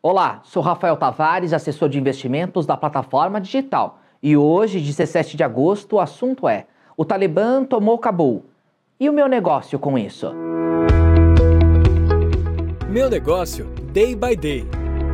Olá, sou Rafael Tavares, assessor de investimentos da plataforma digital. E hoje, 17 de agosto, o assunto é: o Talibã tomou Cabul. E o meu negócio com isso? Meu negócio, day by day.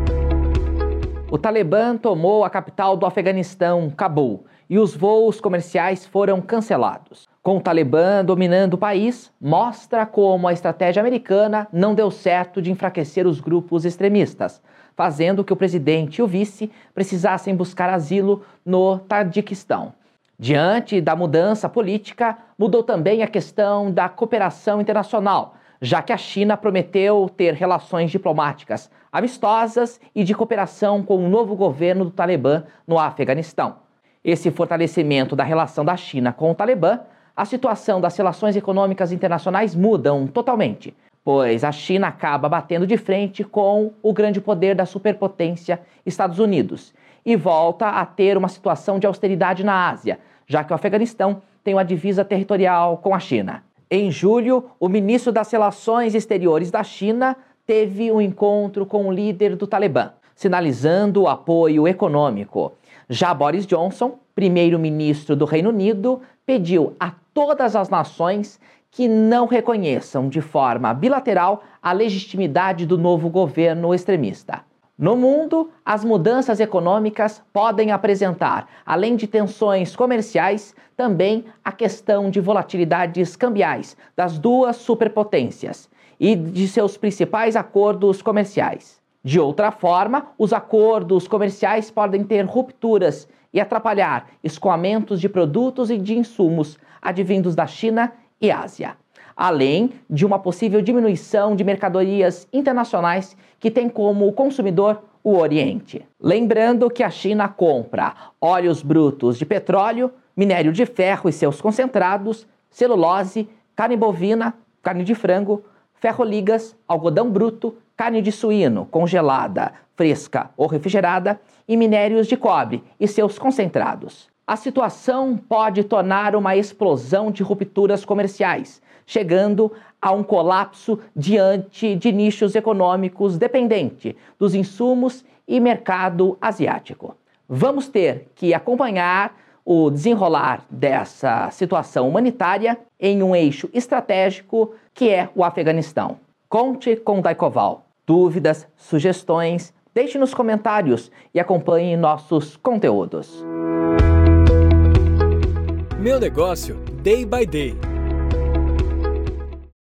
O Talibã tomou a capital do Afeganistão, Cabul, e os voos comerciais foram cancelados. Com o Talibã dominando o país, mostra como a estratégia americana não deu certo de enfraquecer os grupos extremistas, fazendo que o presidente e o vice precisassem buscar asilo no Tajiquistão. Diante da mudança política, mudou também a questão da cooperação internacional, já que a China prometeu ter relações diplomáticas amistosas e de cooperação com o novo governo do Talibã no Afeganistão. Esse fortalecimento da relação da China com o Talibã, a situação das relações econômicas internacionais mudam totalmente, pois a China acaba batendo de frente com o grande poder da superpotência Estados Unidos e volta a ter uma situação de austeridade na Ásia, já que o Afeganistão tem uma divisa territorial com a China. Em julho, o ministro das Relações Exteriores da China teve um encontro com o líder do Talibã, sinalizando o apoio econômico. Já Boris Johnson, primeiro-ministro do Reino Unido, pediu a todas as nações que não reconheçam de forma bilateral a legitimidade do novo governo extremista. No mundo, as mudanças econômicas podem apresentar, além de tensões comerciais, também a questão de volatilidades cambiais das duas superpotências e de seus principais acordos comerciais. De outra forma, os acordos comerciais podem ter rupturas e atrapalhar escoamentos de produtos e de insumos advindos da China e Ásia, além de uma possível diminuição de mercadorias internacionais que tem como consumidor o Oriente. Lembrando que a China compra óleos brutos de petróleo, minério de ferro e seus concentrados, celulose, carne bovina, carne de frango, ferroligas, algodão bruto, carne de suíno congelada, fresca ou refrigerada e minérios de cobre e seus concentrados. A situação pode tornar uma explosão de rupturas comerciais, chegando a um colapso diante de nichos econômicos dependentes dos insumos e mercado asiático. Vamos ter que acompanhar o desenrolar dessa situação humanitária em um eixo estratégico que é o Afeganistão. Conte com o Daicoval. Dúvidas, sugestões, deixe nos comentários e acompanhe nossos conteúdos. Meu negócio, day by day.